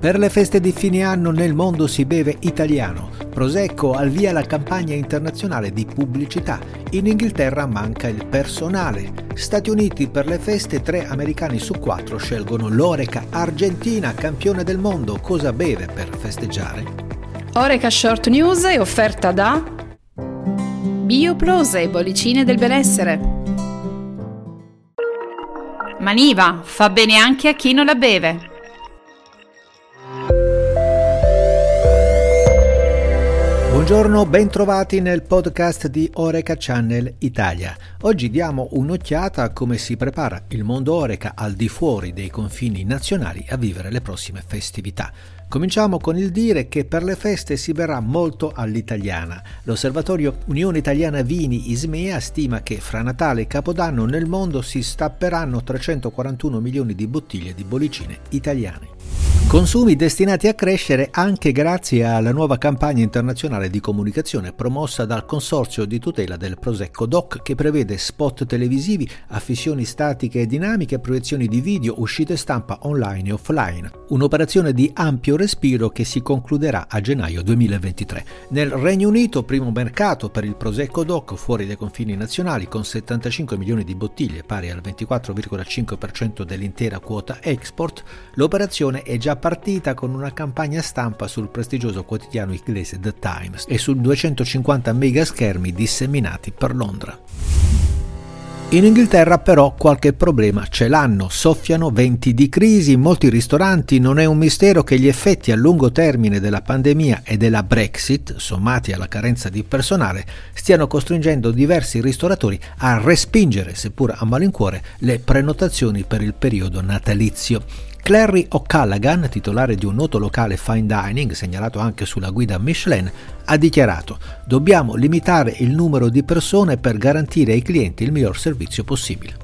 Per le feste di fine anno nel mondo si beve italiano. Prosecco al via la campagna internazionale di pubblicità. In Inghilterra manca il personale. Stati Uniti per le feste 3 americani su 4 scelgono l'Oreca. Argentina, campione del mondo, cosa beve per festeggiare? Oreca Short News è offerta da Bioprose, bollicine del benessere. Maniva, fa bene anche a chi non la beve. Buongiorno, bentrovati nel podcast di Oreca Channel Italia. Oggi diamo un'occhiata a come si prepara il mondo Oreca al di fuori dei confini nazionali a vivere le prossime festività. Cominciamo con il dire che per le feste si berrà molto all'italiana. L'osservatorio Unione Italiana Vini Ismea stima che fra Natale e Capodanno nel mondo si stapperanno 341 milioni di bottiglie di bollicine italiane. Consumi destinati a crescere anche grazie alla nuova campagna internazionale di comunicazione promossa dal Consorzio di tutela del Prosecco DOC, che prevede spot televisivi, affissioni statiche e dinamiche, proiezioni di video, uscite stampa online e offline. Un'operazione di ampio respiro che si concluderà a gennaio 2023. Nel Regno Unito, primo mercato per il Prosecco DOC fuori dai confini nazionali, con 75 milioni di bottiglie, pari al 24,5% dell'intera quota export, l'operazione è già partita con una campagna stampa sul prestigioso quotidiano inglese The Times e su 250 mega schermi disseminati per Londra. In Inghilterra però qualche problema ce l'hanno, soffiano venti di crisi in molti ristoranti. Non è un mistero che gli effetti a lungo termine della pandemia e della Brexit, sommati alla carenza di personale, stiano costringendo diversi ristoratori a respingere, seppur a malincuore, le prenotazioni per il periodo natalizio. Clary O'Callaghan, titolare di un noto locale fine dining, segnalato anche sulla guida Michelin, ha dichiarato: «Dobbiamo limitare il numero di persone per garantire ai clienti il miglior servizio possibile».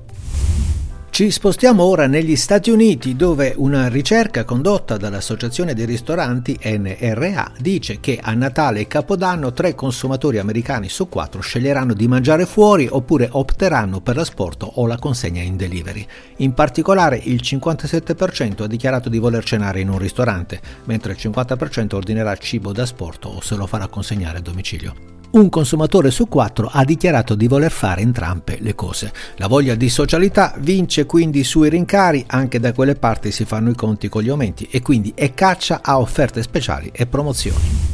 Ci spostiamo ora negli Stati Uniti, dove una ricerca condotta dall'Associazione dei ristoranti NRA dice che a Natale e Capodanno 3 consumatori americani su 4 sceglieranno di mangiare fuori oppure opteranno per l'asporto o la consegna in delivery. In particolare il 57% ha dichiarato di voler cenare in un ristorante, mentre il 50% ordinerà cibo da asporto o se lo farà consegnare a domicilio. Un consumatore su 4 ha dichiarato di voler fare entrambe le cose. La voglia di socialità vince quindi sui rincari, anche da quelle parti si fanno i conti con gli aumenti e quindi è caccia a offerte speciali e promozioni.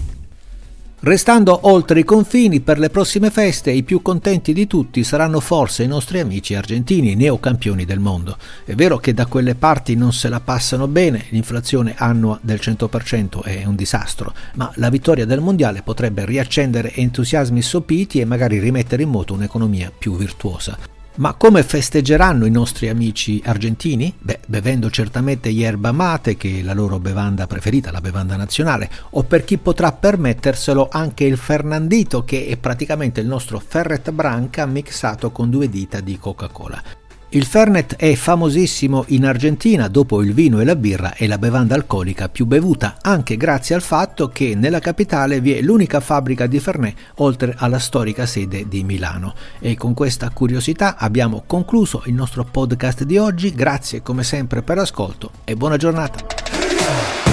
Restando oltre i confini, per le prossime feste i più contenti di tutti saranno forse i nostri amici argentini, neocampioni del mondo. È vero che da quelle parti non se la passano bene, l'inflazione annua del 100% è un disastro, ma la vittoria del mondiale potrebbe riaccendere entusiasmi sopiti e magari rimettere in moto un'economia più virtuosa. Ma come festeggeranno i nostri amici argentini? Bevendo certamente yerba mate, che è la loro bevanda preferita, la bevanda nazionale, o per chi potrà permetterselo anche il Fernandito, che è praticamente il nostro Ferret Branca mixato con 2 dita di Coca-Cola. Il Fernet è famosissimo in Argentina, dopo il vino e la birra è la bevanda alcolica più bevuta, anche grazie al fatto che nella capitale vi è l'unica fabbrica di Fernet oltre alla storica sede di Milano. E con questa curiosità abbiamo concluso il nostro podcast di oggi. Grazie come sempre per l'ascolto e buona giornata.